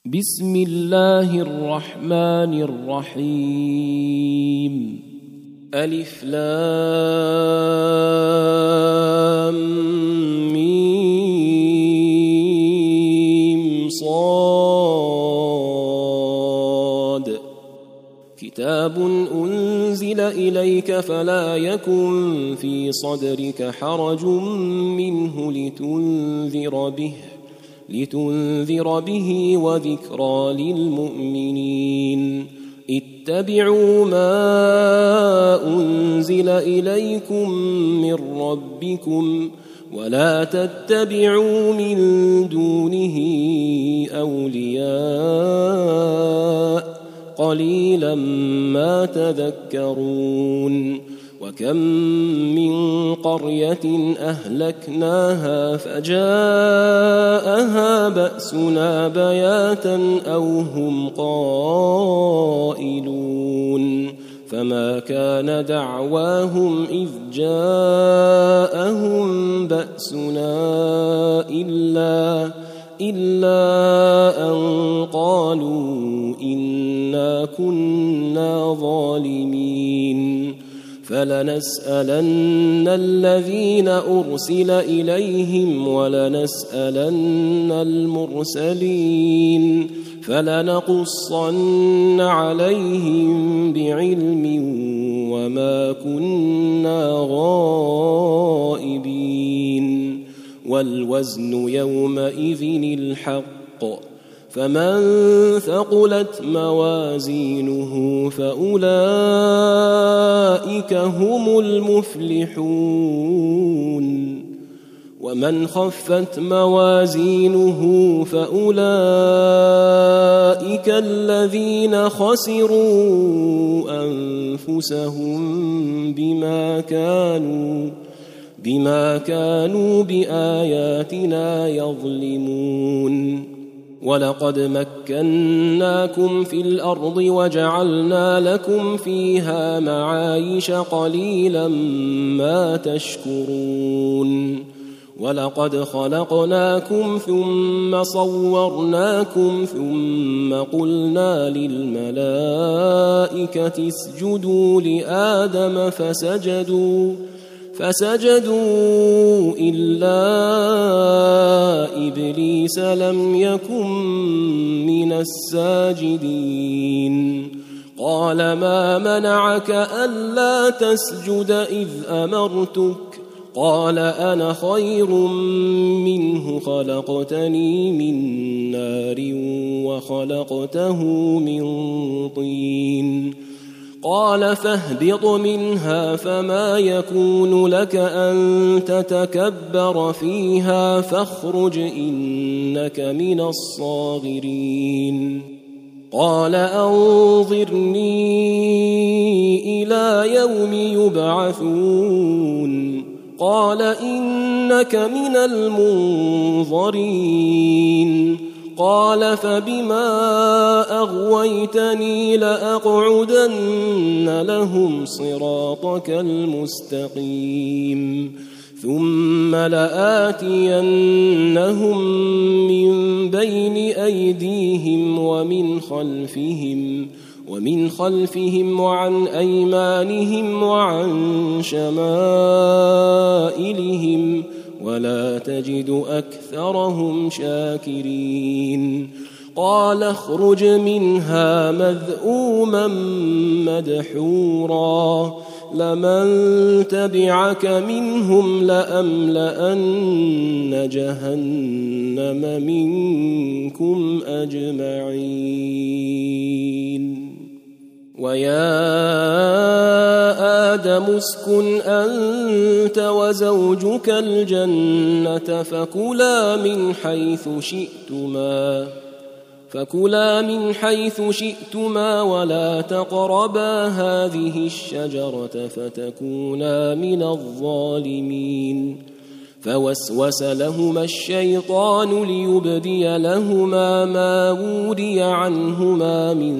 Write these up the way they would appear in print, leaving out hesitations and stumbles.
بسم الله الرحمن الرحيم. ألف لام ميم صاد. كتاب أنزل إليك فلا يكن في صدرك حرج منه لتنذر به وذكرى للمؤمنين. اتبعوا ما أنزل إليكم من ربكم ولا تتبعوا من دونه أولياء قليلا ما تذكرون. وكم من قرية أهلكناها فجاءها بأسنا بياتا أو هم قائلون. فما كان دعواهم إذ جاءهم بأسنا إلا أن قالوا إنا كنا ظالمين. فلنسألن الذين أرسل إليهم ولنسألن المرسلين فلنقصن عليهم بعلم وما كنا غائبين. والوزن يومئذ الحق فمن ثقلت موازينه فأولئك هم المفلحون. ومن خفت موازينه فأولئك الذين خسروا أنفسهم بما كانوا بآياتنا يظلمون. ولقد مكناكم في الأرض وجعلنا لكم فيها معايش قليلا ما تشكرون. ولقد خلقناكم ثم صورناكم ثم قلنا للملائكة اسجدوا لآدم فسجدوا إلا إبليس لم يكن من الساجدين. قال ما منعك ألا تسجد إذ أمرتك؟ قال أنا خير منه خلقتني من نار وخلقته من طين. قال فاهبط منها فما يكون لك أن تتكبر فيها فاخرج إنك من الصاغرين. قال أنظرني إلى يوم يبعثون. قال إنك من المنظرين. قال فبما أغويتني لأقعدن لهم صراطك المستقيم ثم لآتينهم من بين أيديهم ومن خلفهم وعن أيمانهم وعن شمائلهم ولا تجد أكثرهم شاكرين. قال اخرج منها مذءوما مدحورا لمن تبعك منهم لأملأن جهنم منكم أجمعين. ويا آدم اسكن أنت وزوجك الجنة فكلا من حيث شئتما ولا تقربا هذه الشجرة فتكونا من الظالمين. فوسوس لهما الشيطان ليبدي لهما ما وري عنهما من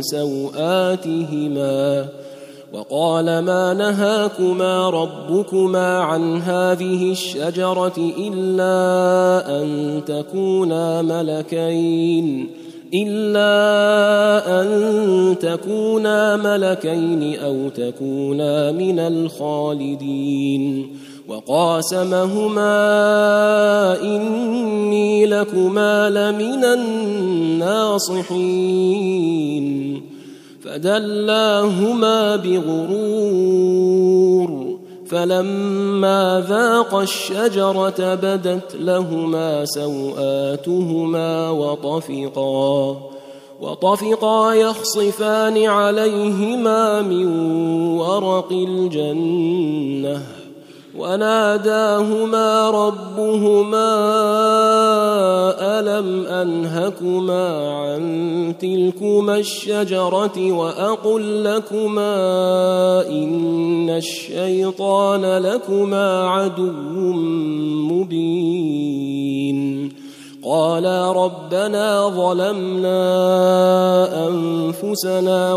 سوآتهما وقال ما نهاكما ربكما عن هذه الشجرة إلا أن تكونا إلا أن تكونا ملكين أو تكونا من الخالدين وقاسمهما إني لكما لمن الناصحين فدلاهما بغرور فلما ذاقا الشجرة بدت لهما سوآتهما وطفقا يخصفان عليهما من ورق الجنة وناداهما ربهما ألم أنهكما عن تلكما الشجرة وأقل لكما إن الشيطان لكما عدو مبين قالا ربنا ظلمنا أنفسنا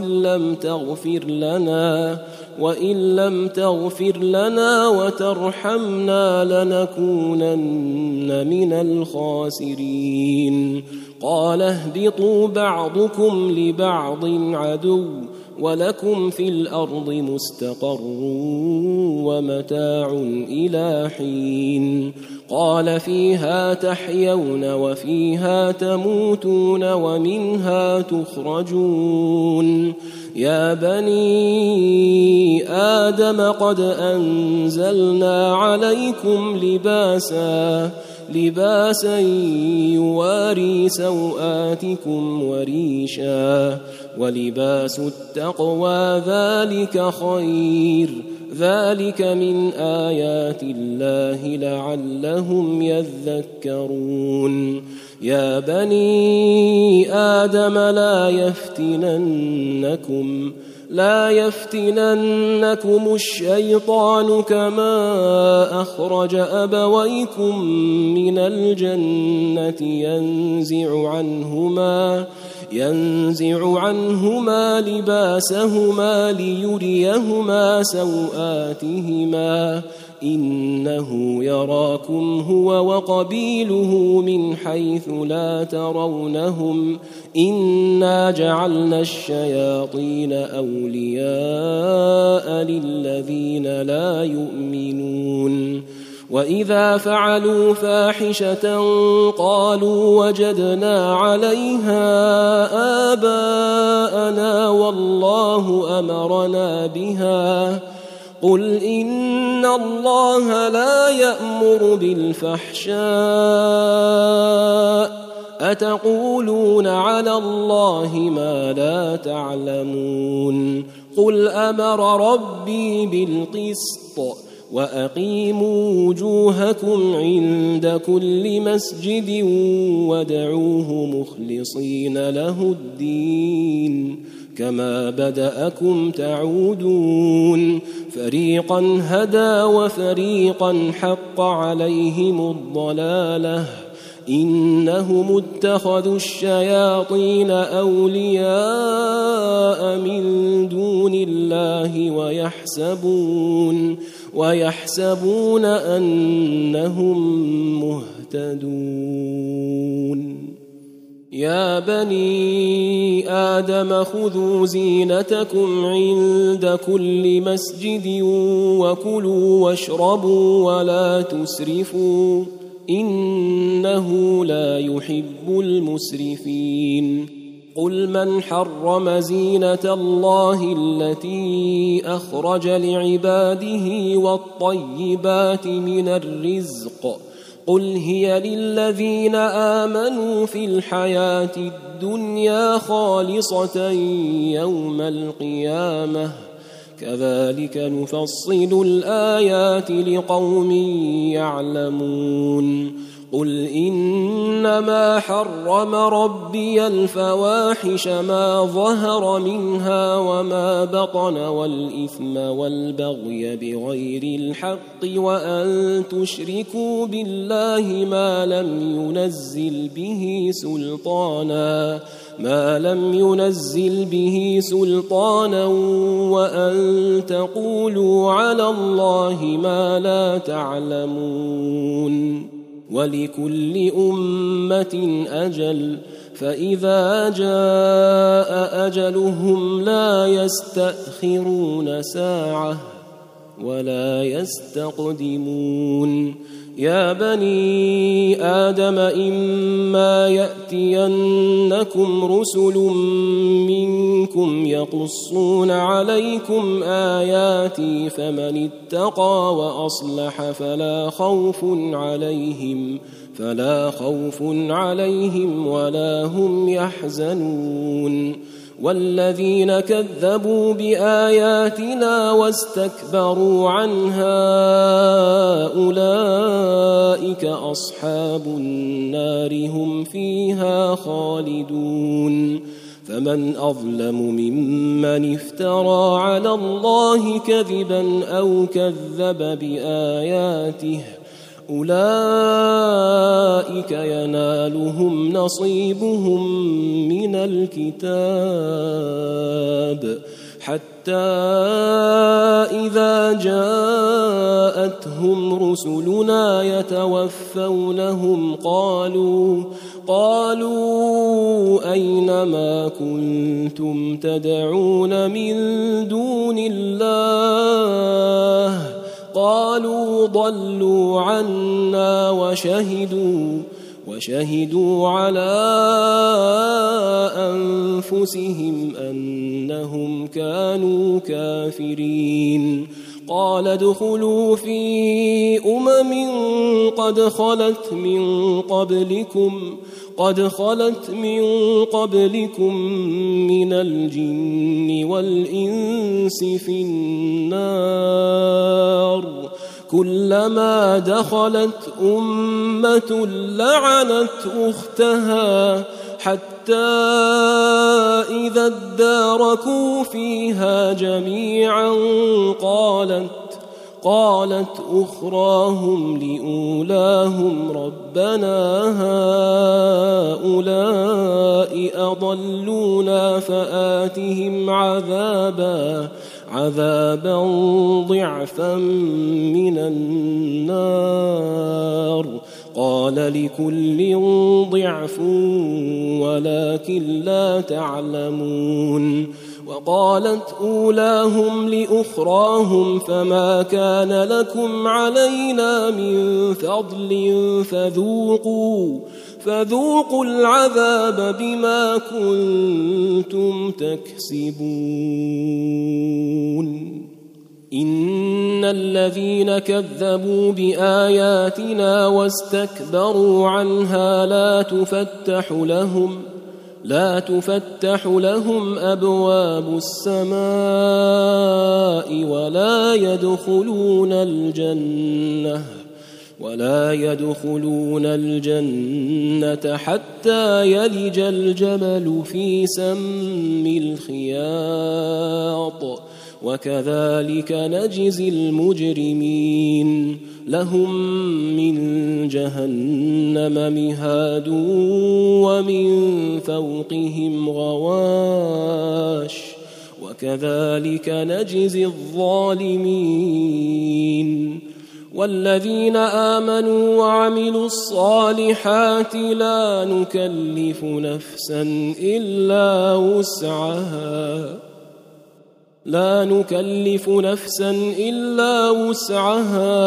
وإن لم تغفر لنا وترحمنا لنكونن من الخاسرين قال اهبطوا بعضكم لبعض عدو ولكم في الأرض مستقر ومتاع إلى حين قال فيها تحيون وفيها تموتون ومنها تخرجون يا بني آدم قد أنزلنا عليكم لباسا يواري سوآتكم وريشا ولباس التقوى ذلك خير ذلك من آيات الله لعلهم يذكرون يا بني آدم لا يفتننكم الشيطان كما أخرج أبويكم من الجنة ينزع عنهما لباسهما ليريهما سوآتهما إنه يراكم هو وقبيله من حيث لا ترونهم إنا جعلنا الشياطين أولياء للذين لا يؤمنون وإذا فعلوا فاحشة قالوا وجدنا عليها آباءنا والله أمرنا بها قل إن الله لا يأمر بالفحشاء أتقولون على الله ما لا تعلمون قل أمر ربي بالقسط وأقيموا وجوهكم عند كل مسجد وادعوه مخلصين له الدين كما بدأكم تعودون فريقا هدى وفريقا حق عليهم الضلالة إنهم اتخذوا الشياطين أولياء من دون الله ويحسبون أنهم مهتدون يا بني آدم خذوا زينتكم عند كل مسجد وكلوا واشربوا ولا تسرفوا إنه لا يحب المسرفين قل من حرم زينة الله التي أخرج لعباده والطيبات من الرزق قل هي للذين آمنوا في الحياة الدنيا خالصة يوم القيامة كذلك نفصل الآيات لقوم يعلمون قل إنما حرم ربي الفواحش ما ظهر منها وما بطن والإثم والبغي بغير الحق وأن تشركوا بالله ما لم ينزل به سلطانا وأن تقولوا على الله ما لا تعلمون ولكل أمة أجل فإذا جاء أجلهم لا يستأخرون ساعة ولا يستقدمون يا بني آدم إما يأتينكم رسل منكم يقصون عليكم آياتي فمن اتقى وأصلح فلا خوف عليهم ولا هم يحزنون والذين كذبوا بآياتنا واستكبروا عنها أولئك أصحاب النار هم فيها خالدون فمن أظلم ممن افترى على الله كذبا أو كذب بآياته أولئك ينالهم نصيبهم من الكتاب حتى إذا جاءتهم رسلنا يتوفونهم قالوا أين ما كنتم تدعون من دون الله قالوا ضلوا عنا وشهدوا على أنفسهم أنهم كانوا كافرين قال ادخلوا في قد خلت من قبلكم من الجن والإنس في النار كلما دخلت أمة لعنت أختها حتى إذا اداركوا فيها جميعا قالت أخراهم لأولاهم ربنا هؤلاء أضلونا فآتهم عذابا ضعفا من النار قال لكل ضعف ولكن لا تعلمون وقالت أولاهم لأخراهم فما كان لكم علينا من فضل فذوقوا العذاب بما كنتم تكسبون إن الذين كذبوا بآياتنا واستكبروا عنها لا تفتح لهم أبواب السماء ولا يدخلون الجنة حتى يلج الجمل في سم الخياط وكذلك نجزي المجرمين لهم من جهنم مهاد ومن فوقهم غواش وكذلك نجزي الظالمين والذين آمنوا وعملوا الصالحات لا نكلف نفسا إلا وسعها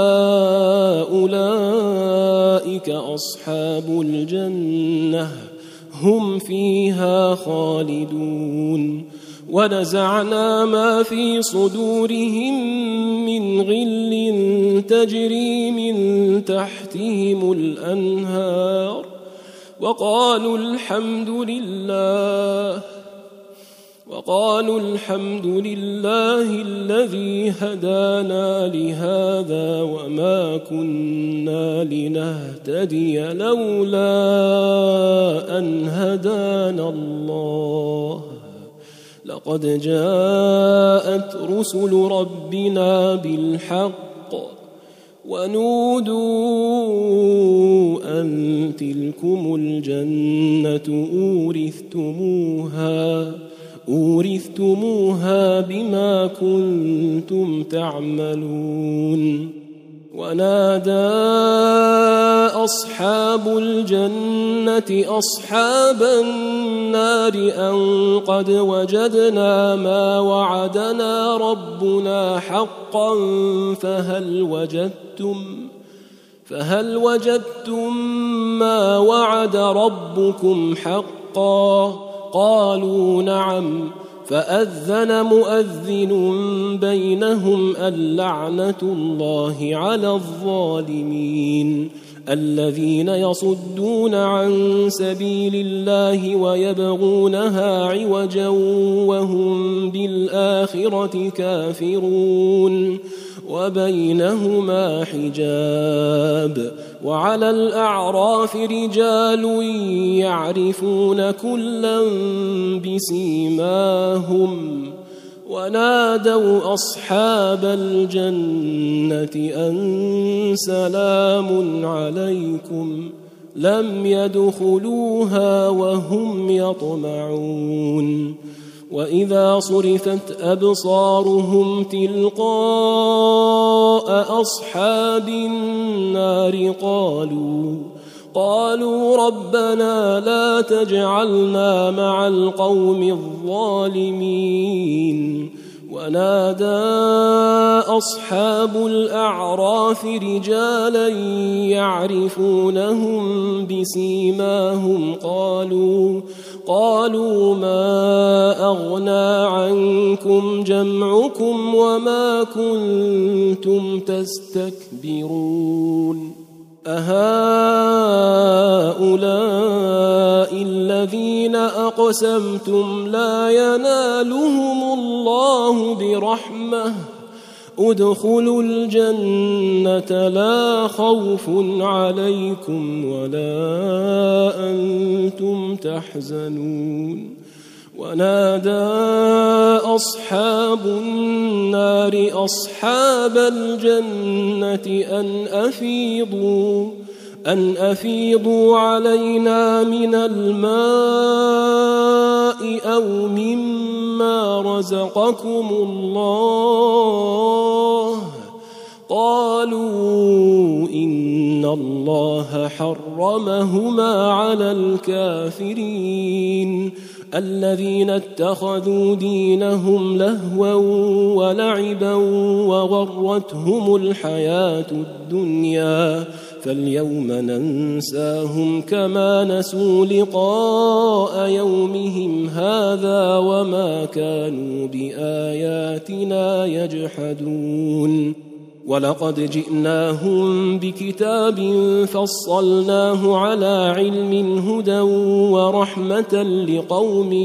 أولئك أصحاب الجنة هم فيها خالدون ونزعنا ما في صدورهم من غل تجري من تحتهم الأنهار وقالوا الحمد لله الذي هدانا لهذا وما كنا لنهتدي لولا أن هدانا الله لقد جاءت رسل ربنا بالحق ونودوا أن تلكم الجنة أورثتموها بما كنتم تعملون ونادى أصحاب الجنة أصحاب النار أن قد وجدنا ما وعدنا ربنا حقا فهل وجدتم ما وعد ربكم حقا؟ قالوا نعم. فأذن مؤذن بينهم اللعنة الله على الظالمين الذين يصدون عن سبيل الله ويبغونها عوجا وهم بالآخرة كافرون وبينهما حجاب. وعلى الأعراف رجال يعرفون كلا بسيماهم ونادوا أصحاب الجنة أن سلام عليكم لم يدخلوها وهم يطمعون. وإذا صرفت أبصارهم تلقاء أصحاب النار قالوا ربنا لا تجعلنا مع القوم الظالمين. ونادى أصحاب الأعراف رجالا يعرفونهم بسيماهم قالوا ما أغنى عنكم جمعكم وما كنتم تستكبرون أهؤلاء الذين أقسمتم لا ينالهم الله برحمة ادخلوا الجنة لا خوف عليكم ولا أنتم تحزنون. ونادى أصحاب النار أصحاب الجنة أن أفيضوا علينا من الماء أو مما رزقكم الله. قالوا إن الله حرمهما على الكافرين الذين اتخذوا دينهم لهوا ولعبا وغرتهم الحياة الدنيا فاليوم ننساهم كما نسوا لقاء يومهم هذا وما كانوا بآياتنا يجحدون. ولقد جئناهم بكتاب فصلناه على علم هدى ورحمة لقوم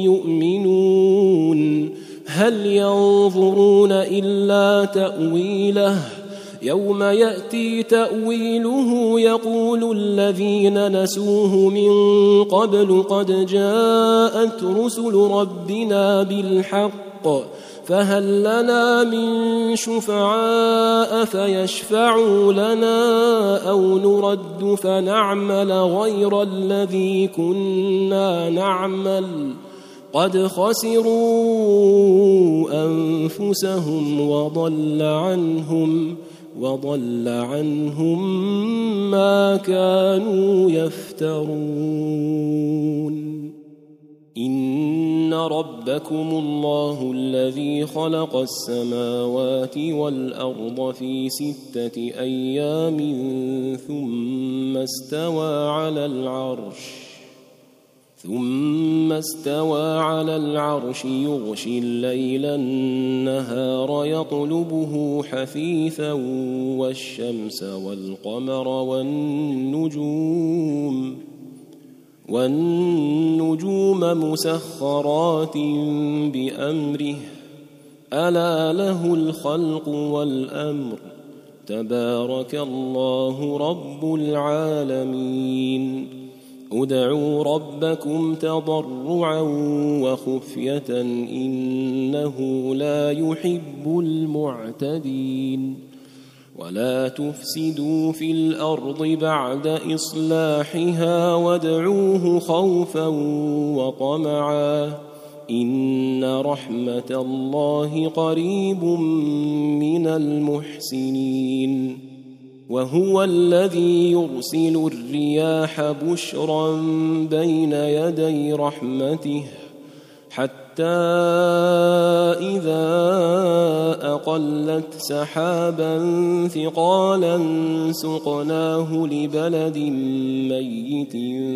يؤمنون. هل ينظرون إلا تأويله يوم يأتي تأويله يقول الذين نسوه من قبل قد جاءت رسل ربنا بالحق فهل لنا من شفعاء فيشفعوا لنا أو نرد فنعمل غير الذي كنا نعمل قد خسروا أنفسهم وضل عنهم ما كانوا يفترون. إن ربكم الله الذي خلق السماوات والأرض في 6 أيام ثم استوى على العرش يغشي الليل النهار يطلبه حثيثا والشمس والقمر والنجوم مسخرات بأمره ألا له الخلق والأمر تبارك الله رب العالمين. ادعوا ربكم تضرعا وخفية إنه لا يحب المعتدين. ولا تفسدوا في الأرض بعد إصلاحها وادعوه خوفا وطمعا إن رحمة الله قريب من المحسنين. وهو الذي يرسل الرياح بشرا بين يدي رحمته حتى إذا أقلت سحابا ثقالا سقناه لبلد ميت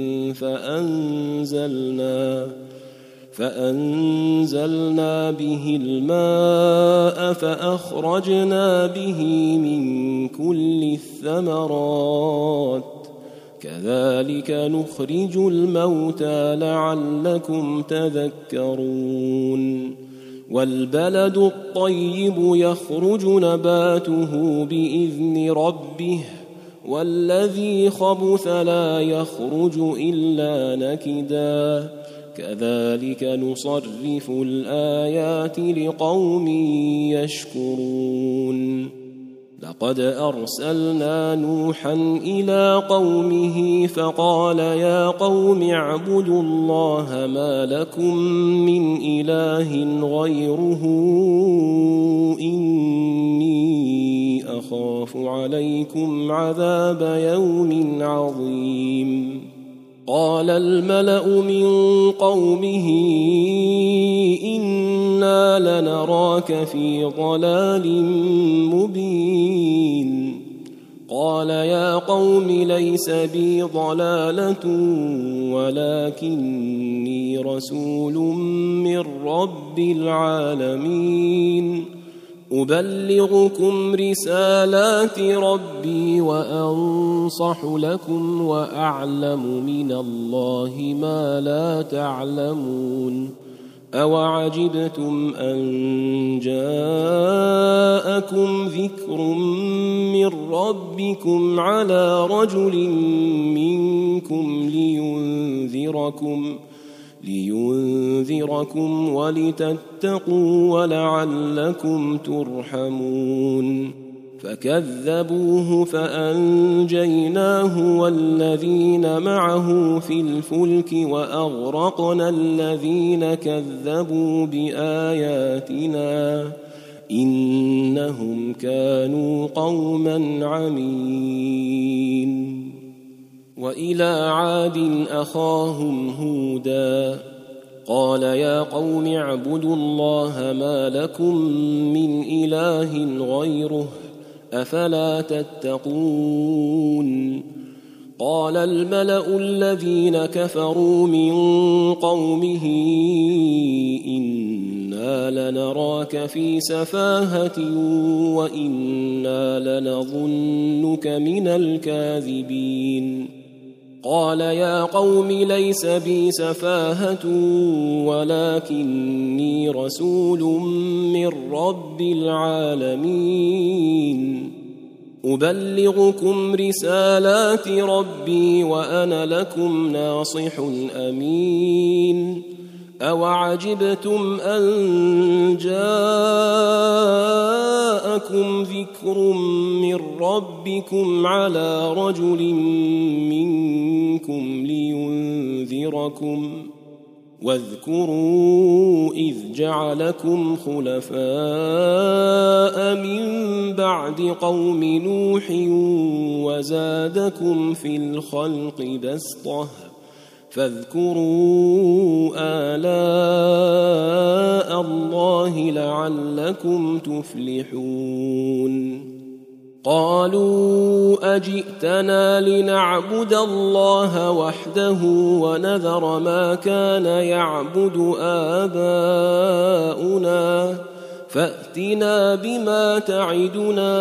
فأنزلنا به الماء فأخرجنا به من كل الثمرات كذلك نخرج الموتى لعلكم تذكرون والبلد الطيب يخرج نباته بإذن ربه والذي خبث لا يخرج إلا نكدا كذلك نصرف الآيات لقوم يشكرون لقد أرسلنا نوحا إلى قومه فقال يا قوم اعبدوا الله ما لكم من إله غيره إني أخاف عليكم عذاب يوم عظيم قال الملأ من قومه إنا لنراك في ضلال مبين قال يا قوم ليس بي ضلالة ولكني رسول من رب العالمين أبلغكم رسالات ربي وأنصح لكم وأعلم من الله ما لا تعلمون أوعجبتم أن جاءكم ذكر من ربكم على رجل منكم لينذركم ولتتقوا ولعلكم ترحمون فكذبوه فأنجيناه والذين معه في الفلك وأغرقنا الذين كذبوا بآياتنا إنهم كانوا قوما عمين وإلى عاد أخاهم هودا قال يا قوم اعبدوا الله ما لكم من إله غيره أفلا تتقون قال الملأ الذين كفروا من قومه إنا لنراك في سفاهة وإنا لنظنك من الكاذبين قال يا قوم ليس بي سفاهة ولكني رسول من رب العالمين أبلغكم رسالات ربي وأنا لكم ناصح أمين أوعجبتم أن جاءكم ذكر من ربكم على رجل منكم لينذركم واذكروا إذ جعلكم خلفاء من بعد قوم نوح وزادكم في الخلق بسطة فاذكروا آلاء الله لعلكم تفلحون قالوا أجئتنا لنعبد الله وحده ونذر ما كان يعبد آباؤنا فأتنا بما تعدنا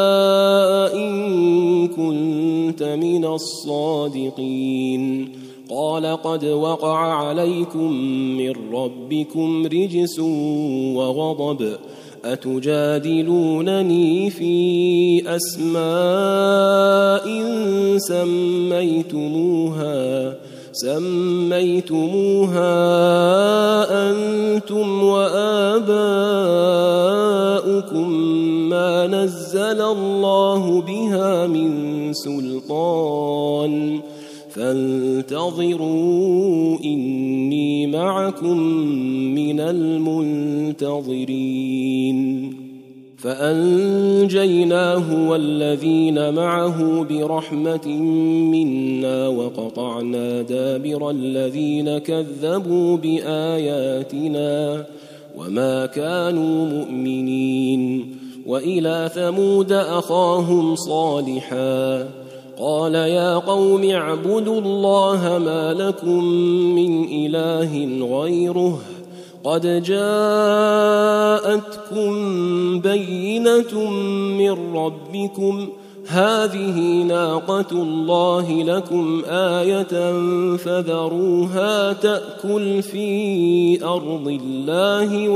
إن كنت من الصادقين قال قد وقع عليكم من ربكم رجس وغضب أتجادلونني في أسماء سميتموها أنتم وآباؤكم ما نزل الله بها من سلطان فانتظروا إني معكم من المنتظرين فأنجيناه والذين معه برحمة منا وقطعنا دابر الذين كذبوا بآياتنا وما كانوا مؤمنين. وإلى ثمود أخاهم صالحا قال يا قوم اعبدوا الله ما لكم من إله غيره قد جاءتكم بينة من ربكم هذه ناقة الله لكم آية فذروها تأكل في أرض الله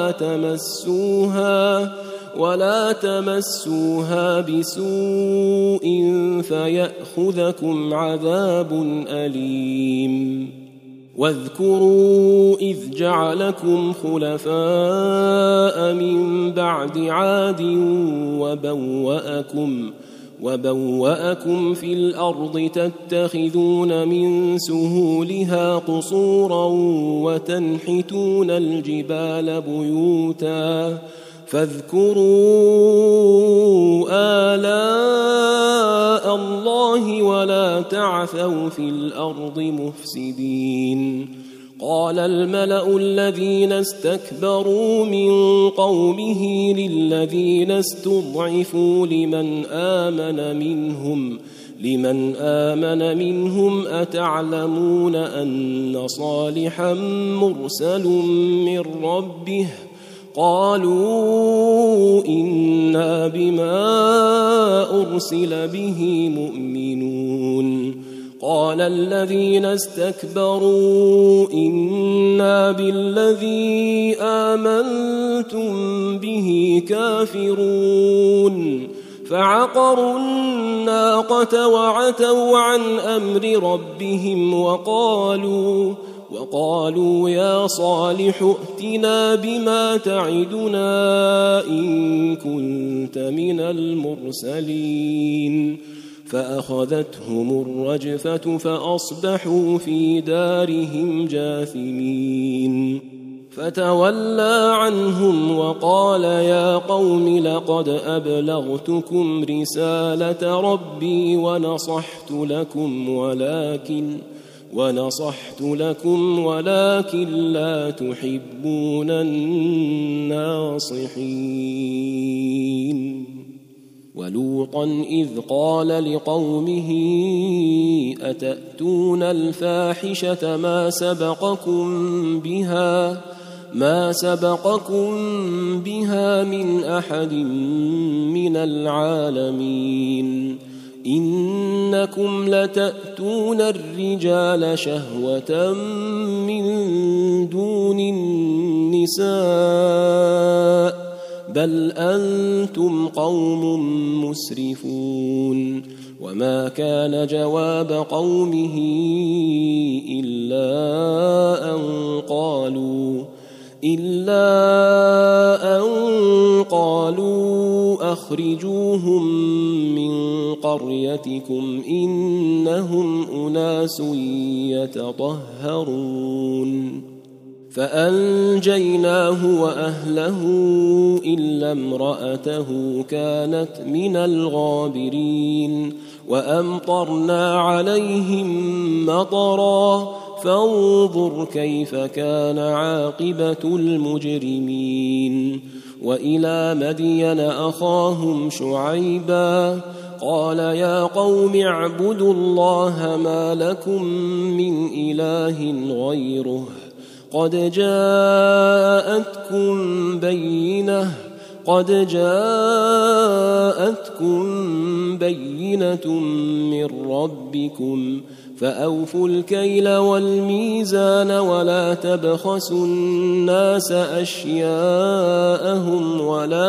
ولا تمسوها بسوء فيأخذكم عذاب أليم. واذكروا إذ جعلكم خلفاء من بعد عاد وبوأكم في الأرض تتخذون من سهولها قصورا وتنحتون الجبال بيوتا فاذكروا آلاء الله ولا تعثوا في الأرض مفسدين. قال الملأ الذين استكبروا من قومه للذين استضعفوا لمن آمن منهم أتعلمون أن صالحا مرسل من ربه قالوا إنا بما أرسل به مؤمنون. قال الذين استكبروا إنا بالذي آمنتم به كافرون فعقروا الناقة وعتوا عن أمر ربهم وقالوا يا صالح ائتنا بما تعدنا إن كنت من المرسلين. فأخذتهم الرجفة فأصبحوا في دارهم جاثمين. فتولى عنهم وقال يا قوم لقد أبلغتكم رسالة ربي ونصحت لكم ولكن لا تحبون الناصحين. ولوطا إذ قال لقومه أتأتون الفاحشة ما سبقكم بها من أحد من العالمين إنكم لتأتون الرجال شهوة من دون النساء بل أنتم قوم مسرفون. وما كان جواب قومه إلا أن قالوا أخرجوهم من قريتكم إنهم أناس يتطهرون. فأنجيناه وأهله إلا امرأته كانت من الغابرين. وأمطرنا عليهم مطرا فانظر كيف كان عاقبة المجرمين. وإلى مدين أخاهم شعيبا قال يا قوم اعبدوا الله ما لكم من إله غيره قد جاءتكم بينة من ربكم فأوفوا الكيل والميزان ولا تبخسوا الناس أشياءهم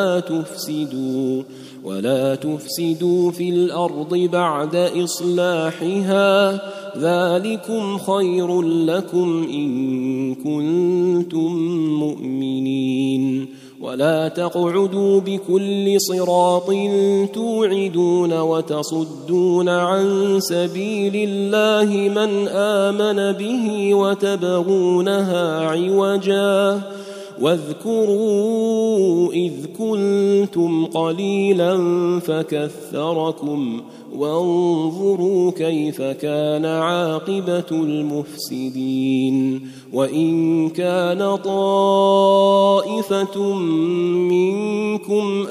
ولا تفسدوا في الأرض بعد إصلاحها ذلكم خير لكم إن كنتم مؤمنين. ولا تقعدوا بكل صراط توعدون وتصدون عن سبيل الله من آمن به واذكروا إذ كنتم قليلا فكثركم وانظروا كيف كان عاقبة المفسدين وإن كان طائفة منكم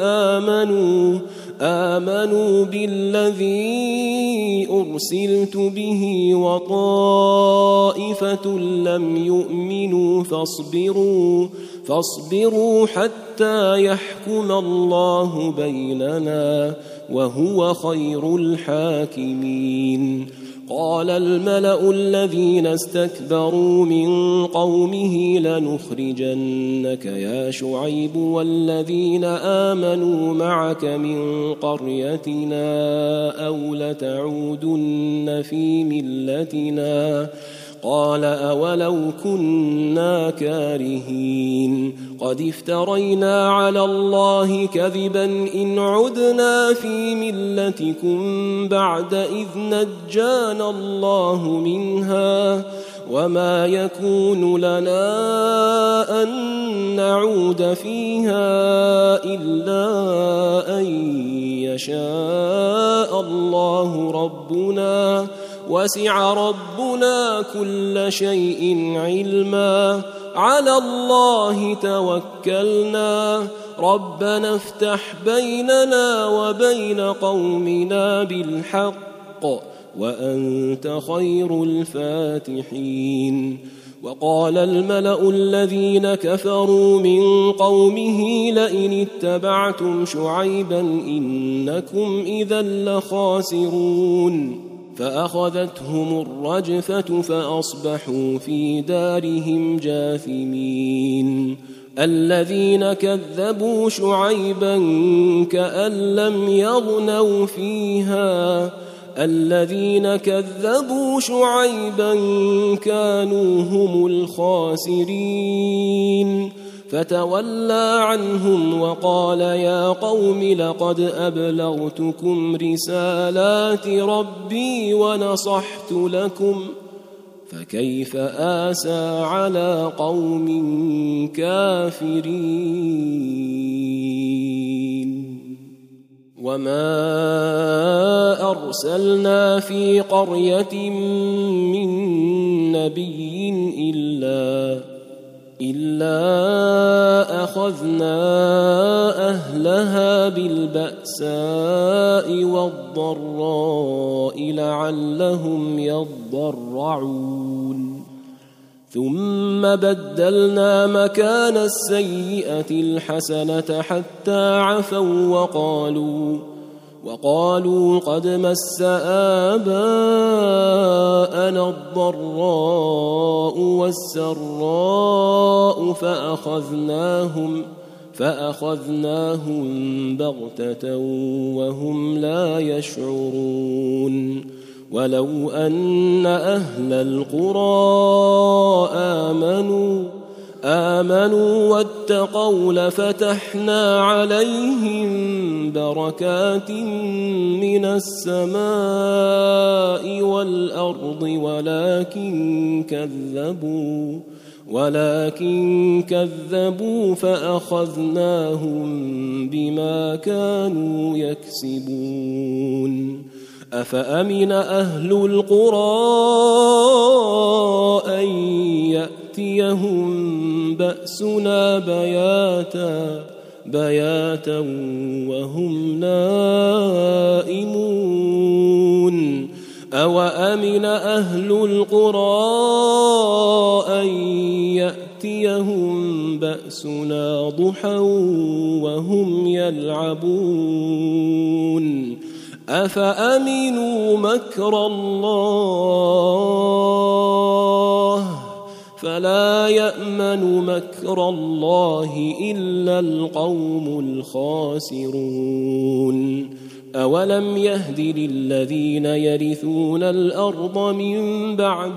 آمنوا بالذي أرسلت به وطائفة لم يؤمنوا فاصبروا حتى يحكم الله بيننا وهو خير الحاكمين. قال الملأ الذين استكبروا من قومه لنخرجنك يا شعيب والذين آمنوا معك من قريتنا أو لتعودن في ملتنا قال أولو كنا كارهين قد افترينا على الله كذبا إن عدنا في ملتكم بعد إذ نجانا الله منها وما يكون لنا أن نعود فيها إلا أن يشاء الله ربنا وسع ربنا كل شيء علما على الله توكلنا ربنا افتح بيننا وبين قومنا بالحق وأنت خير الفاتحين. وقال الملأ الذين كفروا من قومه لئن اتبعتم شعيبا إنكم إذا لخاسرون فأخذتهم الرجفة فأصبحوا في دارهم جاثمين. الذين كذبوا شعيبا كأن لم يغنوا فيها الذين كذبوا شعيبا كانوا هم الخاسرين فتولى عنهم وقال يا قوم لقد أبلغتكم رسالات ربي ونصحت لكم فكيف آسى على قوم كافرين. وما أرسلنا في قرية من نبي إلا أخذنا أهلها بالبأساء والضراء لعلهم يضرعون ثم بدلنا مكان السيئة الحسنة حتى عفوا وقالوا قد مس آباءنا الضراء والسراء فأخذناهم بغتة وهم لا يشعرون. ولو أن أهل القرى آمنوا واتقوا لفتحنا عليهم بركات من السماء والأرض ولكن كذبوا فأخذناهم بما كانوا يكسبون. أفأمن أهل القرى أن يأتيهم بأسنا بياتا وهم نائمون أوأمن أهل القرى أن يأتيهم بأسنا ضحى وهم يلعبون أفأمنوا مكر الله فلا يأمن مكر الله إلا القوم الخاسرون. أولم يهد للذين يرثون الأرض من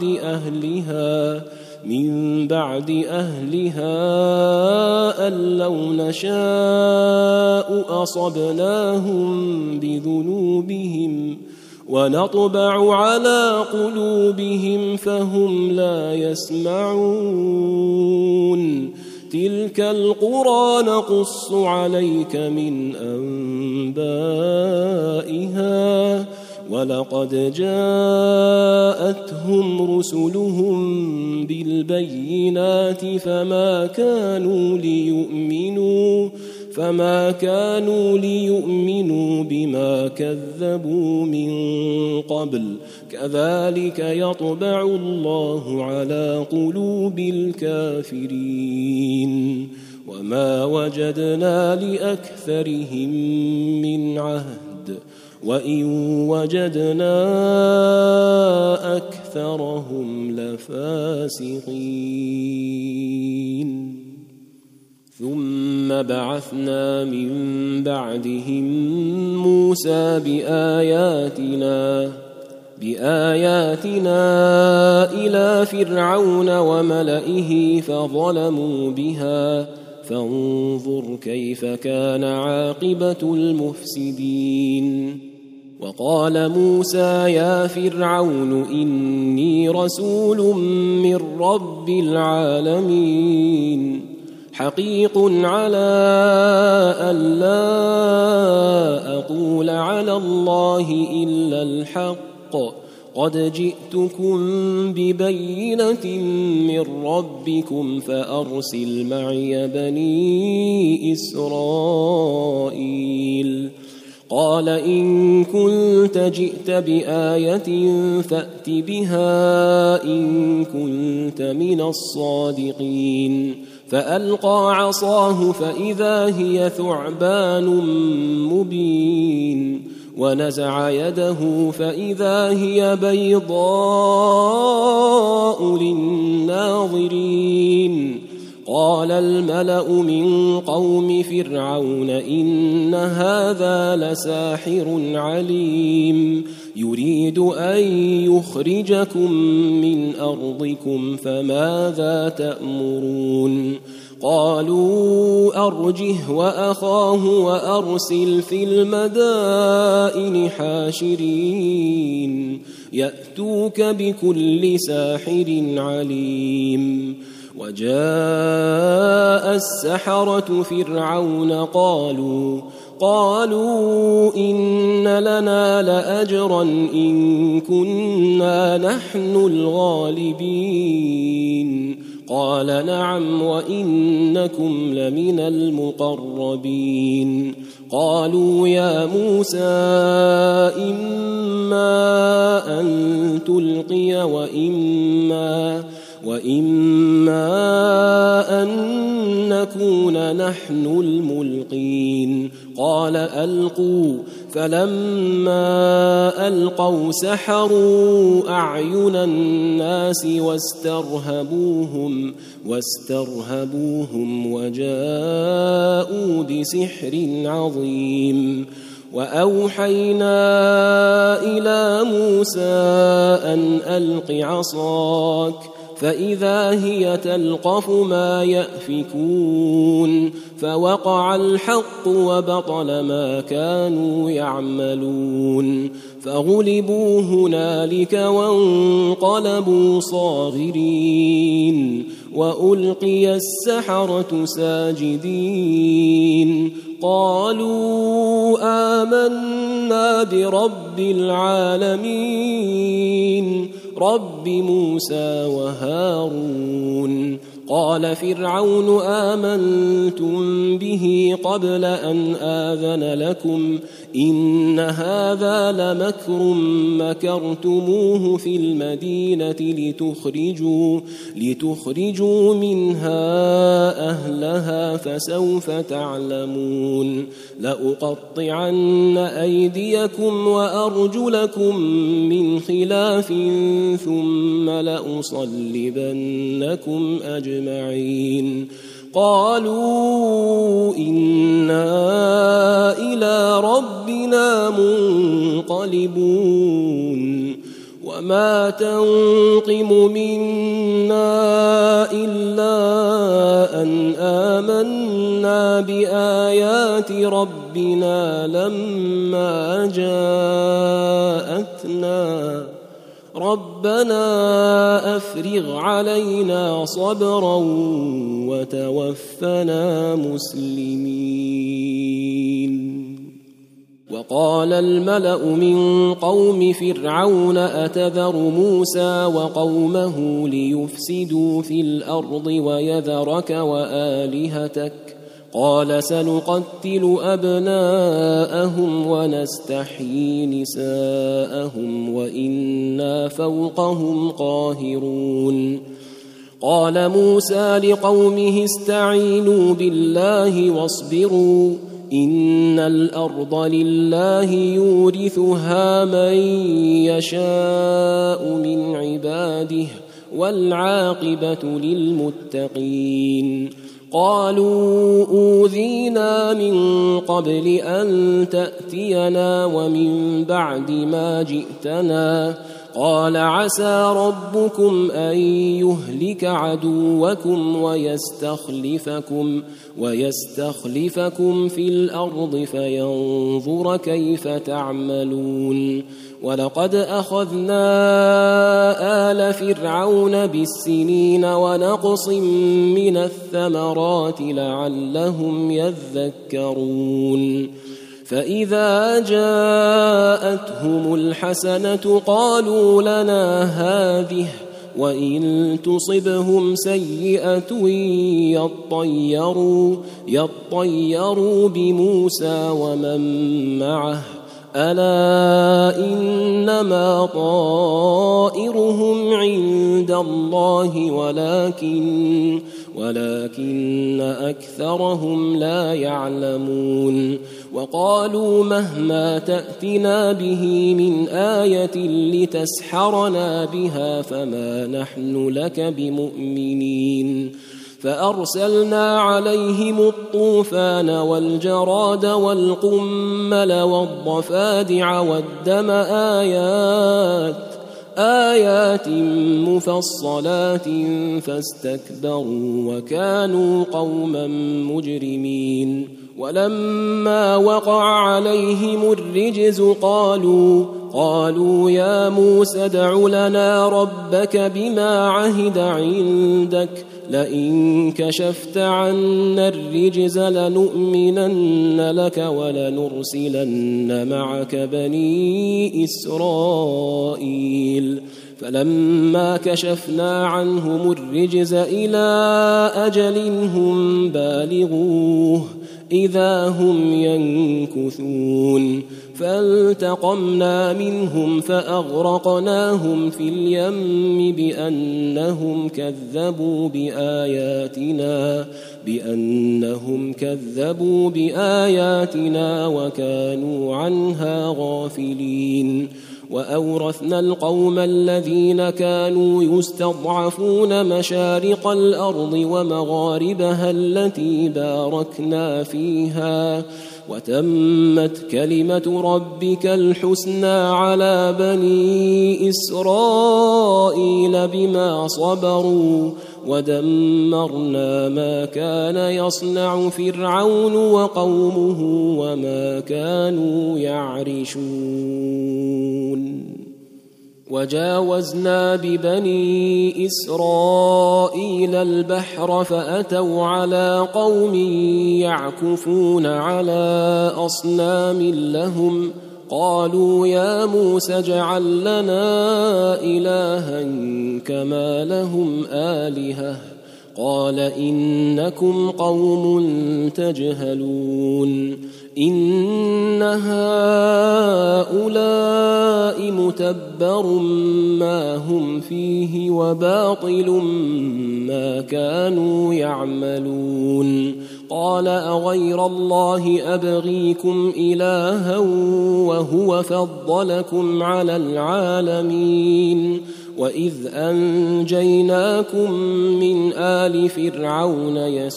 بعد أهلها أن لو نشاء أصبناهم بذنوبهم ونطبع على قلوبهم فهم لا يسمعون تلك القرى نقص عليك من أنبائها ولقد جاءتهم رسلهم بالبينات فما كانوا ليؤمنوا بما كذبوا من قبل كذلك يطبع الله على قلوب الكافرين وما وجدنا لأكثرهم من عهد وإن وجدنا أكثرهم لفاسقين ثم بعثنا من بعدهم موسى بآياتنا إلى فرعون وملئه فظلموا بها فانظر كيف كان عاقبة المفسدين وقال موسى يا فرعون إني رسول من رب العالمين حقيق على ألا أقول على الله إلا الحق قد جئتكم ببينة من ربكم فأرسل معي بني إسرائيل قال إن كنت جئت بآية فأت بها إن كنت من الصادقين فألقى عصاه فإذا هي ثعبان مبين ونزع يده فإذا هي بيضاء للناظرين قال الملأ من قوم فرعون إن هذا لساحر عليم يريد أن يخرجكم من أرضكم فماذا تأمرون قالوا أرجه وأخاه وأرسل في المدائن حاشرين يأتوك بكل ساحر عليم وجاء السحرة فرعون قالوا إن لنا لأجرا إن كنا نحن الغالبين قال نعم وإنكم لمن المقربين قالوا يا موسى إما أن تلقي وإما أن نكون نحن الملقين قال ألقوا فلما ألقوا سحروا أعين الناس واسترهبوهم وجاءوا بسحر عظيم وأوحينا إلى موسى أن ألق عصاك فإذا هي تلقف ما يأفكون فوقع الحق وبطل ما كانوا يعملون فغلبوا هنالك وانقلبوا صاغرين وألقي السحرة ساجدين قالوا آمنا برب العالمين رب موسى وهارون قال فرعون آمنتم به قبل أن آذن لكم إن هذا لمكر مكرتموه في المدينة لتخرجوا منها أهلها فسوف تعلمون لأقطعن أيديكم وأرجلكم من خلاف ثم لأصلبنكم أجمعين قالوا إنا إلى ربنا منقلبون وما تنقم منا إلا أن آمنا بآيات ربنا لما جاءتنا ربنا أفرغ علينا صبرا وتوفنا مسلمين. وقال الملأ من قوم فرعون أتذر موسى وقومه ليفسدوا في الأرض ويذرك وآلهتك قال سنقتل أبناءهم ونستحيي نساءهم وإنا فوقهم قاهرون. قال موسى لقومه استعينوا بالله واصبروا إن الأرض لله يورثها من يشاء من عباده والعاقبة للمتقين. قالوا أوذينا من قبل أن تأتينا ومن بعد ما جئتنا قال عسى ربكم أن يهلك عدوكم ويستخلفكم في الأرض فينظر كيف تعملون. ولقد أخذنا آل فرعون بالسنين ونقص من الثمرات لعلهم يذكرون. فإذا جاءتهم الحسنة قالوا لنا هذه وإن تصبهم سيئة يطيروا بموسى ومن معه ألا إنما طائرهم عند الله ولكن أكثرهم لا يعلمون. وقالوا مهما تأتنا به من آية لتسحرنا بها فما نحن لك بمؤمنين. فأرسلنا عليهم الطوفان والجراد والقمل والضفادع والدم آيات مفصلات فاستكبروا وكانوا قوما مجرمين. ولما وقع عليهم الرجز قالوا يا موسى ادع لنا ربك بما عهد عندك لئن كشفت عنا الرجز لنؤمنن لك ولنرسلن معك بني إسرائيل. فلما كشفنا عنهم الرجز إلى أجل هم بالغوه إذا هم ينكثون. فالتقمنا منهم فأغرقناهم في اليم بأنهم كذبوا بآياتنا وكانوا عنها غافلين. وأورثنا القوم الذين كانوا يستضعفون مشارق الأرض ومغاربها التي باركنا فيها وتمت كلمة ربك الحسنى على بني إسرائيل بما صبروا ودمرنا ما كان يصنع فرعون وقومه وما كانوا يعرشون. وجاوزنا ببني إسرائيل البحر فأتوا على قوم يعكفون على أصنام لهم قالوا يا موسى اجعل لنا إلها كما لهم آلهة قال إنكم قوم تجهلون. إن هؤلاء متبر ما هم فيه وباطل ما كانوا يعملون. قال أغير الله أبغيكم إلها وهو فضلكم على العالمين وإذ أنجيناكم من آل فرعون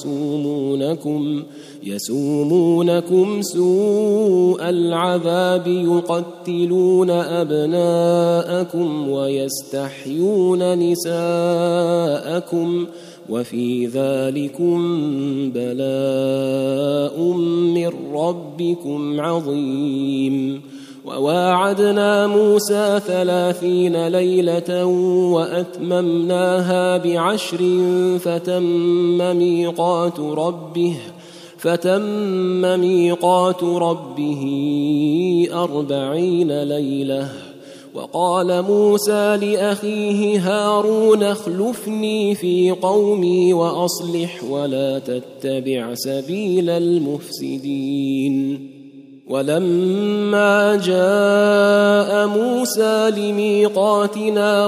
يسومونكم سوء العذاب يقتلون أبناءكم ويستحيون نساءكم وفي ذلكم بلاء من ربكم عظيم. وواعدنا موسى 30 ليلة وأتممناها ب10 فتم ميقات ربه 40 ليلة. وقال موسى لأخيه هارون اخلفني في قومي وأصلح ولا تتبع سبيل المفسدين. ولما جاء موسى لميقاتنا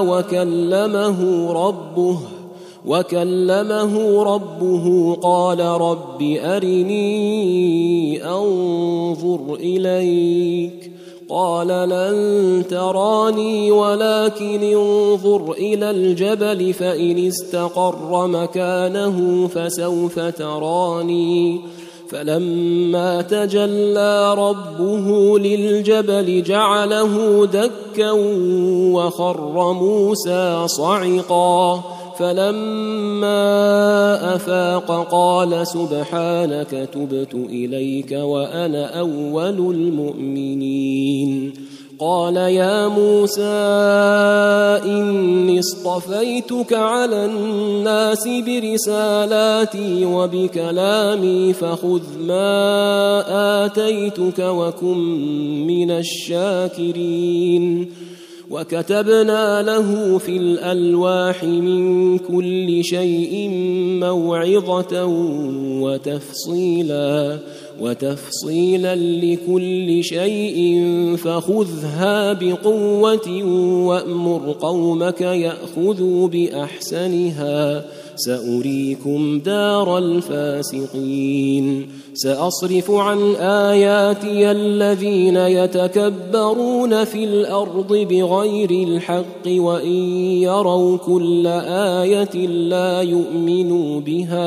وكلمه ربه قال رب أرني أنظر إليك قال لن تراني ولكن انظر إلى الجبل فإن استقر مكانه فسوف تراني. فلما تجلى ربه للجبل جعله دكا وخر موسى صعقا. فلما أفاق قال سبحانك تبت إليك وأنا أول المؤمنين. قال يا موسى إني اصطفيتك على الناس برسالاتي وبكلامي فخذ ما آتيتك وكن من الشاكرين. وكتبنا له في الألواح من كل شيء موعظة وتفصيلا لكل شيء فخذها بقوة وأمر قومك يأخذوا بأحسنها سأريكم دار الفاسقين. سأصرف عن آياتي الذين يتكبرون في الأرض بغير الحق وإن يروا كل آية لا يؤمنوا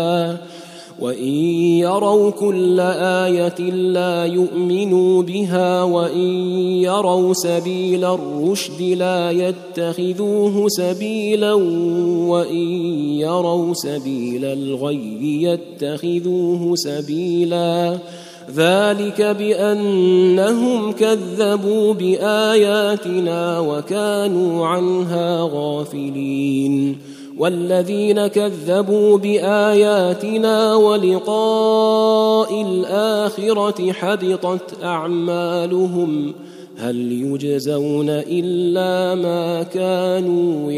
بها وإن يروا سبيل الرشد لا يتخذوه سبيلا وإن يروا سبيل الغي يتخذوه سبيلا. ذلك بأنهم كذبوا بآياتنا وكانوا عنها غافلين. والذين كذبوا بآياتنا ولقاء الآخرة حبطت أعمالهم هل يجزون إلا ما كانوا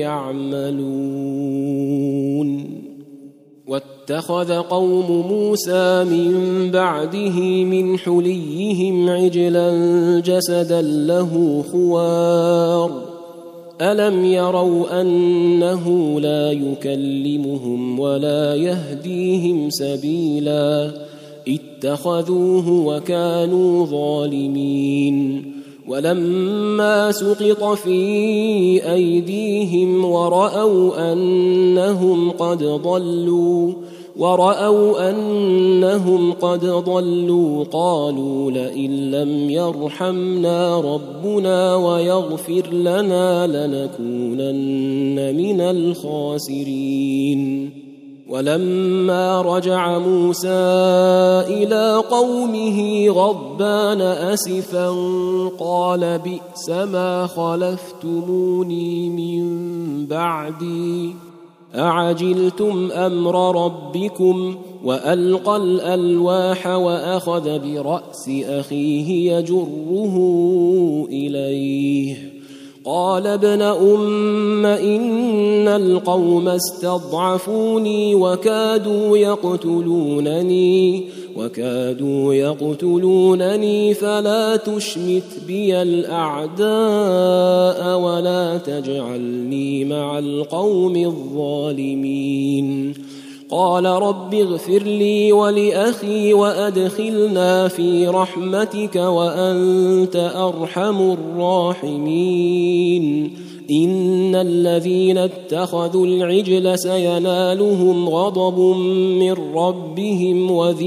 يعملون. واتخذ قوم موسى من بعده من حليهم عجلا جسدا له خوار ألم يروا أنه لا يكلمهم ولا يهديهم سبيلا اتخذوه وكانوا ظالمين. ولما سقط في أيديهم ورأوا أنهم قد ضلوا قالوا لئن لم يرحمنا ربنا ويغفر لنا لنكونن من الخاسرين. ولما رجع موسى إلى قومه غضبان أسفا قال بئس ما خلفتموني من بعدي أعجلتم أمر ربكم وألقى الألواح وأخذ برأس أخيه يجره إليه قال ابن أم إن القوم استضعفوني وكادوا يقتلونني فلا تشمت بي الأعداء ولا تجعلني مع القوم الظالمين. قال رب اغفر لي ولأخي وأدخلنا في رحمتك وأنت أرحم الراحمين. إن الذين اتخذوا العجل سينالهم غضب من ربهم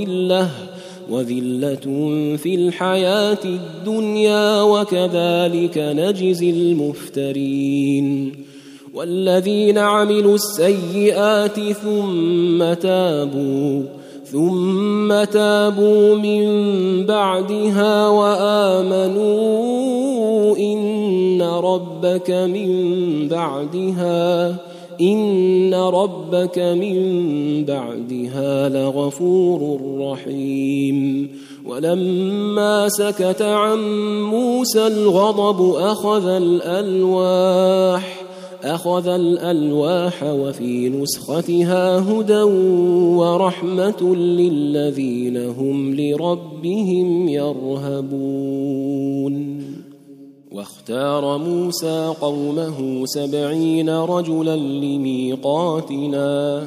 وذلة في الحياة الدنيا وكذلك نجزي المفترين. والذين عملوا السيئات ثم تابوا من بعدها وآمنوا إن ربك من بعدها لغفور رحيم. ولما سكت عن موسى الغضب أخذ الألواح وفي نسختها هدى ورحمة للذين هم لربهم يرهبون. واختار موسى قومه 70 رجلا لميقاتنا،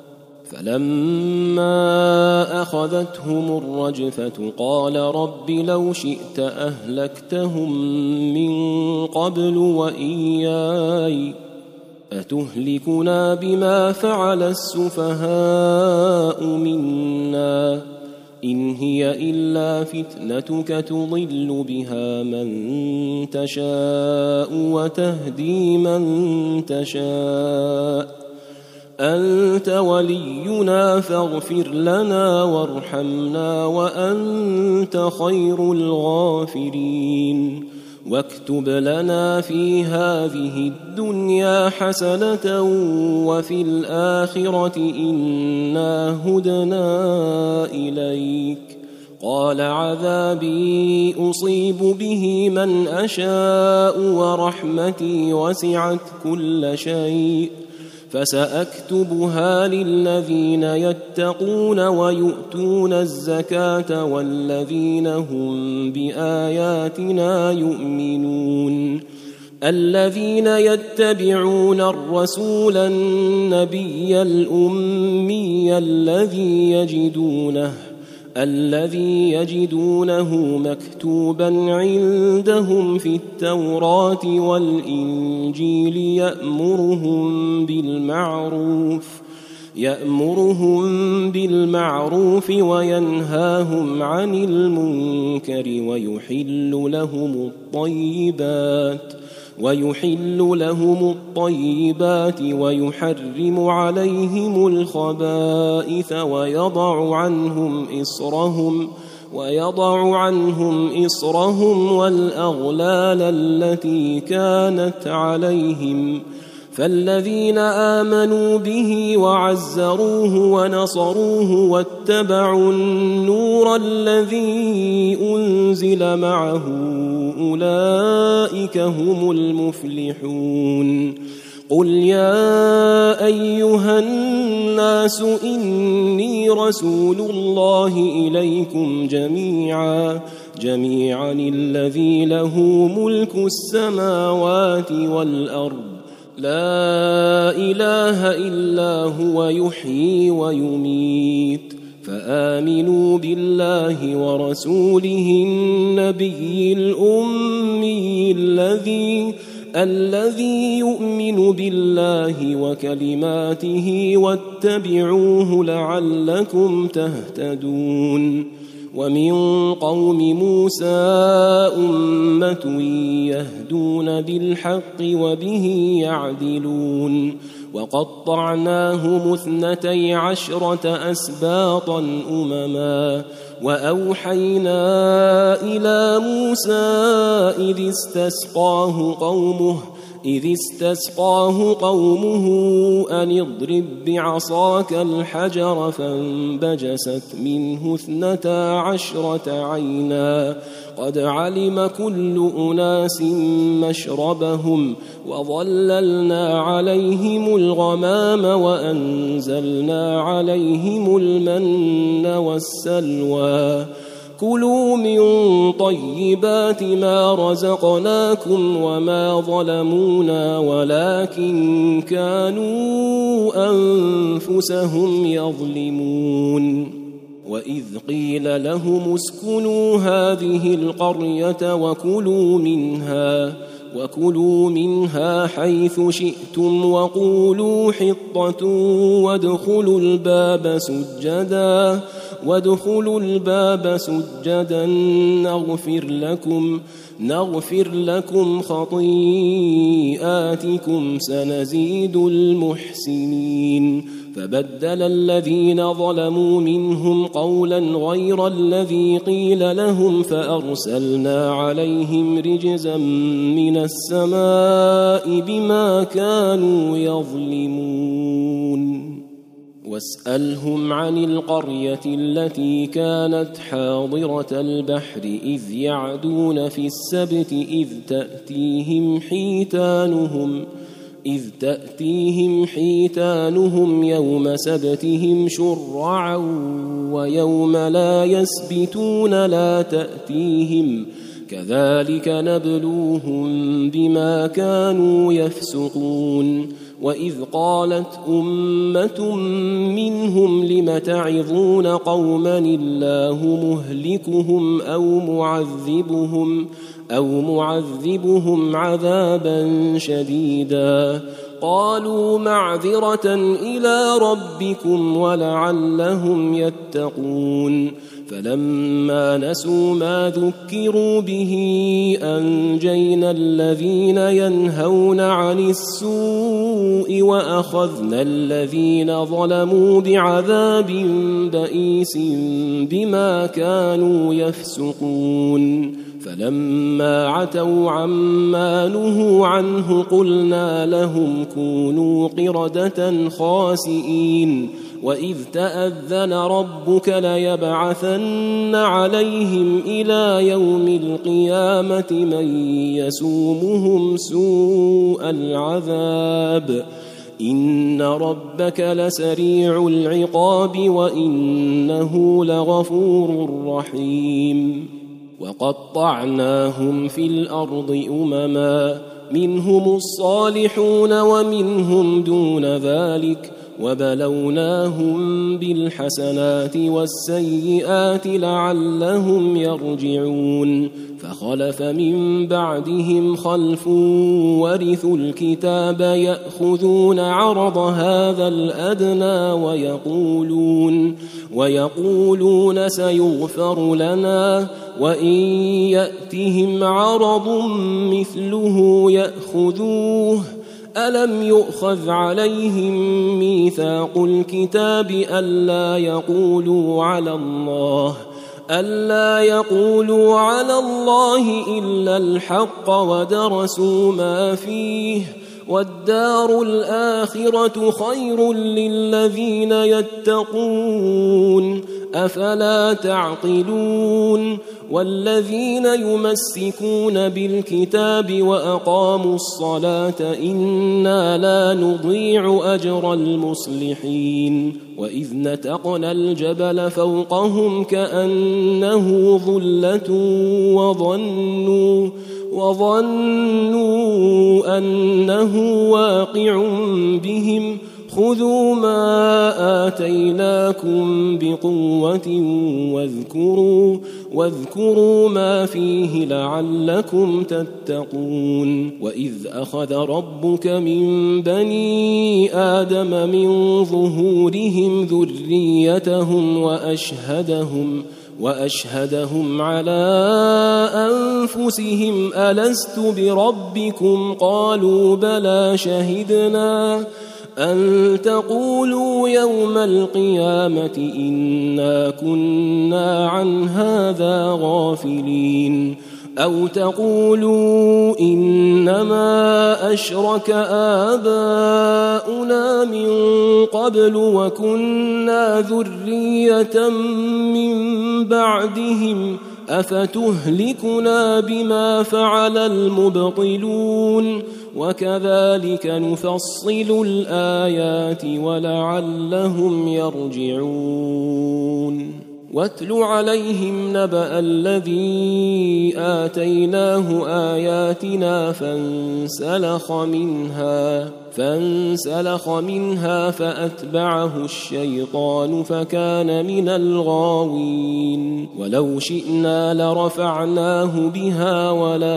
فلما أخذتهم الرجفة قال رب لو شئت أهلكتهم من قبل وإياي أتهلكنا بما فعل السفهاء منا إن هي إلا فتنتك تضل بها من تشاء وتهدي من تشاء أنت ولينا فاغفر لنا وارحمنا وأنت خير الغافرين. واكتب لنا في هذه الدنيا حسنة وفي الآخرة إنا هدنا إليك. قال عذابي أصيب به من أشاء ورحمتي وسعت كل شيء فسأكتبها للذين يتقون ويؤتون الزكاة والذين هم بآياتنا يؤمنون. الذين يتبعون الرسول النبي الأمي الذي يجدونه مكتوبا عندهم في التوراة والإنجيل يأمرهم بالمعروف وينهاهم عن المنكر ويحل لهم الطيبات ويحرم عليهم الخبائث ويضع عنهم إصرهم والأغلال التي كانت عليهم. فالذين آمنوا به وعزروه ونصروه واتبعوا النور الذي أنزل معه أولئك هم المفلحون. قل يا أيها الناس إني رسول الله إليكم جميعا الذي له ملك السماوات والأرض لا إله إلا هو يحيي ويميت. فآمنوا بالله ورسوله النبي الأمي الذي يؤمن بالله وكلماته واتبعوه لعلكم تهتدون. ومن قوم موسى أمة يهدون بالحق وبه يعدلون. وقطعناهم 12 أسباطا أمما وأوحينا إلى موسى إذ استسقاه قومه أن اضرب بعصاك الحجر فانبجست منه 12 عينا قد علم كل أناس مشربهم وظللنا عليهم الغمام وأنزلنا عليهم المن والسلوى كلوا من طيبات ما رزقناكم وما ظلمونا ولكن كانوا أنفسهم يظلمون. وإذ قيل لهم اسكنوا هذه القرية وكلوا منها حيث شئتم وقولوا حطة وادخلوا الباب سجدا نغفر لكم خطيئاتكم سنزيد المحسنين. فبدل الذين ظلموا منهم قولا غير الذي قيل لهم فأرسلنا عليهم رجزا من السماء بما كانوا يظلمون واسألهم عن القرية التي كانت حاضرة البحر إذ يعدون في السبت إذ تأتيهم حيتانهم يوم سبتهم شرعا ويوم لا يسبتون لا تأتيهم كذلك نبلوهم بما كانوا يفسقون وإذ قالت أمة منهم لم تعظون قوما الله مهلكهم أو معذبهم عذابا شديدا قالوا معذرة إلى ربكم ولعلهم يتقون فلما نسوا ما ذكروا به أنجينا الذين ينهون عن السوء وأخذنا الذين ظلموا بعذاب بئيس بما كانوا يفسقون فلما عتوا عما نهوا عنه قلنا لهم كونوا قردة خاسئين وإذ تأذن ربك ليبعثن عليهم إلى يوم القيامة من يسومهم سوء العذاب إن ربك لسريع العقاب وإنه لغفور رحيم وقطعناهم في الأرض أمما منهم الصالحون ومنهم دون ذلك وبلوناهم بالحسنات والسيئات لعلهم يرجعون فخلف من بعدهم خلف ورثوا الكتاب يأخذون عرض هذا الأدنى ويقولون سيغفر لنا وإن يأتهم عرض مثله يأخذوه ألم يؤخذ عليهم ميثاق الكتاب ألا يقولوا على الله إلا الحق ودرسوا ما فيه والدار الآخرة خير للذين يتقون أفلا تعقلون والذين يمسكون بالكتاب وأقاموا الصلاة إنا لا نضيع أجر المصلحين وإذ نتقنا الجبل فوقهم كأنه ظلة وظنوا أنه واقع بهم خذوا ما آتيناكم بقوة واذكروا ما فيه لعلكم تتقون وإذ أخذ ربك من بني آدم من ظهورهم ذريتهم وأشهدهم على أنفسهم ألست بربكم قالوا بلى شهدنا أن تقولوا يوم القيامة إنا كنا عن هذا غافلين أو تقولوا إنما أشرك آباؤنا من قبل وكنا ذرية من بعدهم أفتهلكنا بما فعل المبطلون وكذلك نفصل الآيات ولعلهم يرجعون واتل عليهم نبأ الذي آتيناه آياتنا فانسلخ منها فأتبعه الشيطان فكان من الغاوين ولو شئنا لرفعناه بها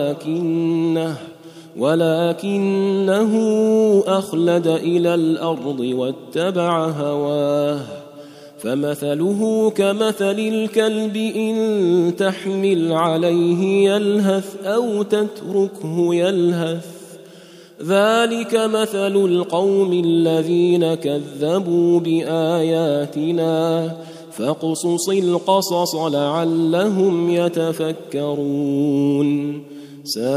ولكنه أخلد إلى الأرض واتبع هواه فمثله كمثل الكلب إن تحمل عليه يلهث أو تتركه يلهث ذلك مثل القوم الذين كذبوا بآياتنا فاقصص القصص لعلهم يتفكرون ساء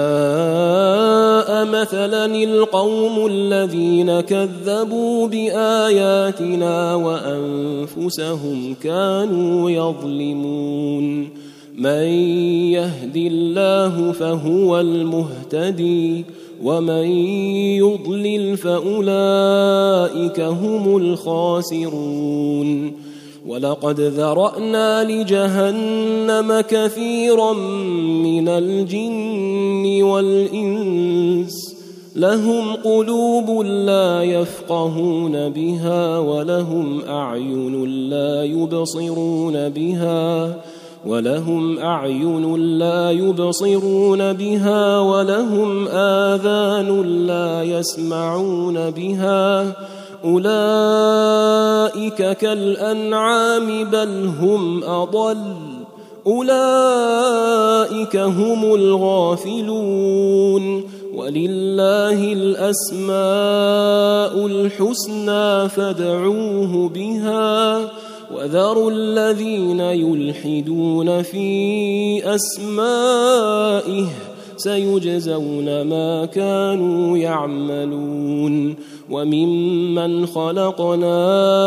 مثلا القوم الذين كذبوا بآياتنا وأنفسهم كانوا يظلمون من يهد الله فهو المهتدي ومن يضلل فأولئك هم الخاسرون ولقد ذرأنا لجهنم كثيرا من الجن والإنس لهم قلوب لا يفقهون بها ولهم أعين لا يبصرون بها ولهم آذان لا يسمعون بها أولئك كالأنعام بل هم أضل أولئك هم الغافلون ولله الأسماء الحسنى فادعوه بها وذروا الذين يلحدون في أسمائه سيجزون ما كانوا يعملون وممن خلقنا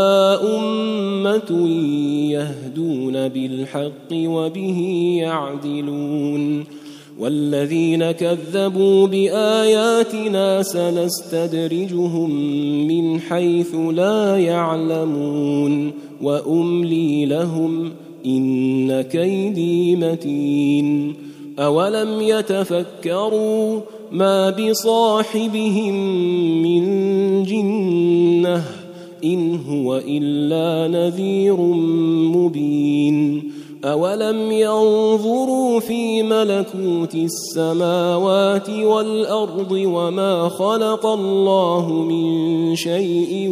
أمة يهدون بالحق وبه يعدلون والذين كذبوا بآياتنا سنستدرجهم من حيث لا يعلمون وأملي لهم إن كيدي متين أولم يتفكروا ما بصاحبهم من جنة إن هو إلا نذير مبين أولم ينظروا في ملكوت السماوات والأرض وما خلق الله من شيء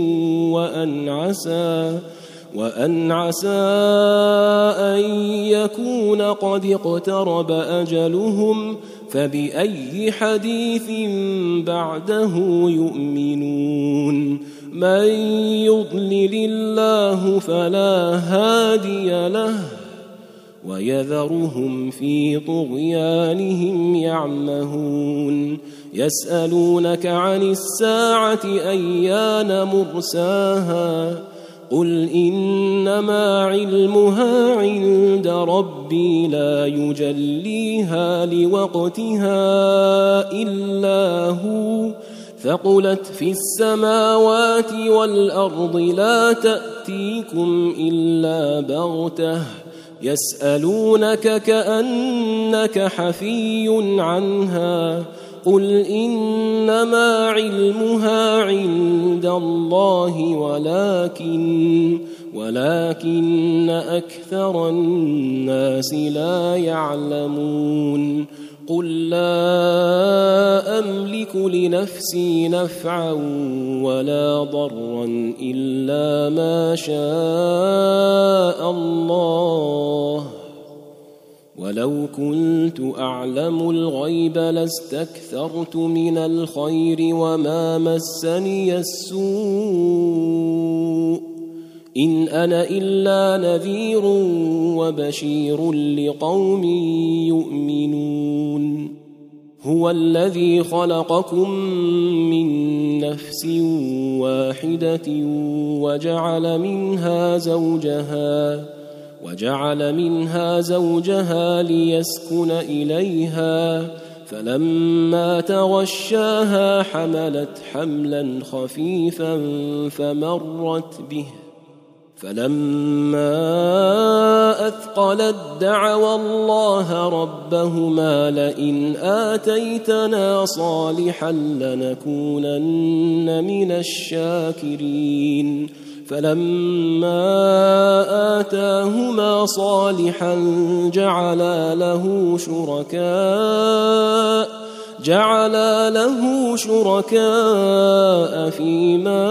وأن عسى أن يكون قد اقترب أجلهم فبأي حديث بعده يؤمنون من يضلل الله فلا هادي له ويذرهم في طغيانهم يعمهون يسألونك عن الساعة أيان مرساها قل إنما علمها عند ربي لا يجليها لوقتها إلا هو ثقلت في السماوات والأرض لا تأتيكم إلا بغتة يسألونك كأنك حفي عنها قل إنما علمها عند الله ولكن أكثر الناس لا يعلمون قل لا أملك لنفسي نفعا ولا ضرا إلا ما شاء الله ولو كنت أعلم الغيب لاستكثرت من الخير وما مسني السوء إن أنا إلا نذير وبشير لقوم يؤمنون هو الذي خلقكم من نفس واحدة وجعل منها زوجها ليسكن إليها فلما تغشاها حملت حملا خفيفا فمرت به فلما أثقلت دعوا الله ربهما لئن آتيتنا صالحا لنكونن من الشاكرين فلما آتاهما صالحا جعلا له شركاء فيما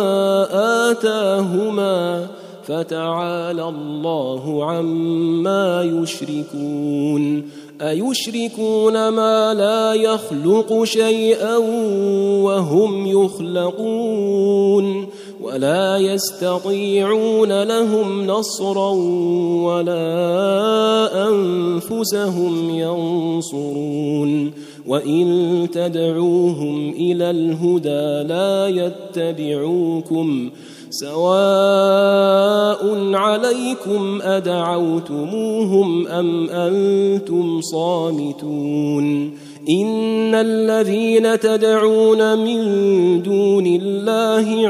آتاهما فتعالى الله عما يشركون أيشركون ما لا يخلق شيئا وهم يخلقون ولا يستطيعون لهم نصرا ولا أنفسهم ينصرون وإن تدعوهم إلى الهدى لا يتبعوكم سواء عليكم أدعوتموهم أم أنتم صامتون إن الذين تدعون من دون الله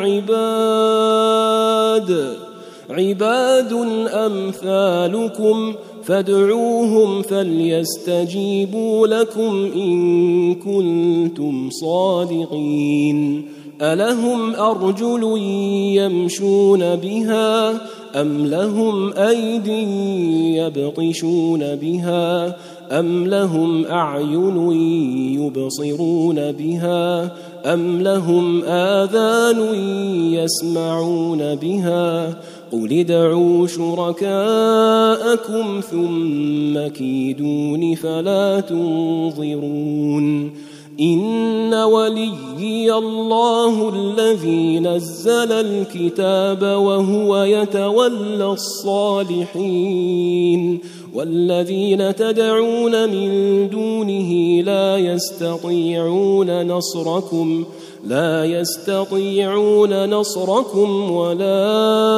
عباد أمثالكم فادعوهم فليستجيبوا لكم إن كنتم صادقين ألهم أرجل يمشون بها أم لهم أيد يبطشون بها أم لهم أعين يبصرون بها أم لهم آذان يسمعون بها قل ادعوا شركاءكم ثم كيدون فلا تنظرون إن وليي الله الذي نزل الكتاب وهو يتولى الصالحين والذين تدعون من دونه لا يستطيعون نصركم ولا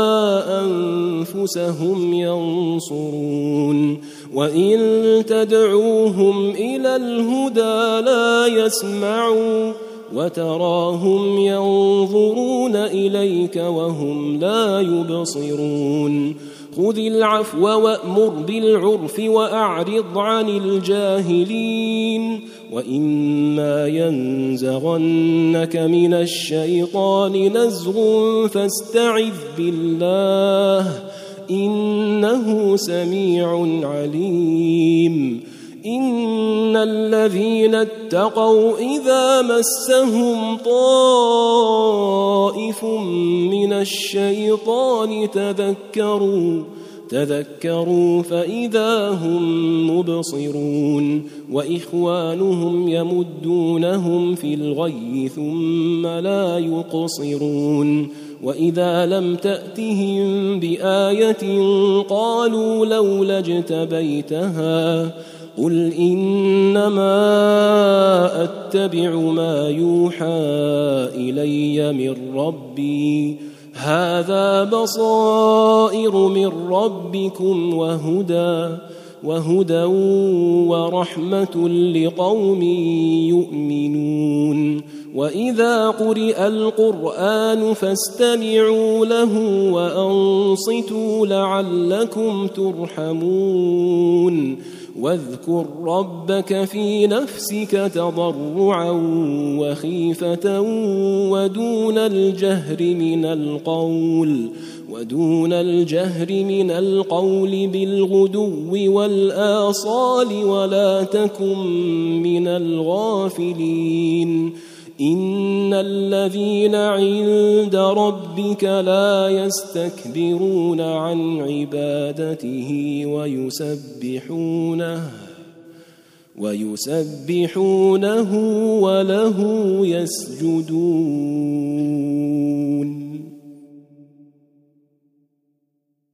أنفسهم ينصرون وإن تدعوهم إلى الهدى لا يسمعوا وتراهم ينظرون إليك وهم لا يبصرون خذ العفو وأمر بالعرف وأعرض عن الجاهلين وإما ينزغنك من الشيطان نزغ فاستعذ بالله إنه سميع عليم إن الذين اتقوا إذا مسهم طائف من الشيطان تذكروا فإذا هم مبصرون وإخوانهم يمدونهم في الغي ثم لا يقصرون وإذا لم تأتهم بآية قالوا لولا اجتبيتها قل إنما أتبع ما يوحى إلي من ربي هذا بصائر من ربكم وهدى ورحمة لقوم يؤمنون وإذا قرئ القرآن فاستمعوا له وأنصتوا لعلكم ترحمون واذكر ربك في نفسك تضرعا وخيفة ودون الجهر من القول بالغدو والآصال ولا تكن من الغافلين إن الذين عند ربك لا يستكبرون عن عبادته ويسبحونه وله يسجدون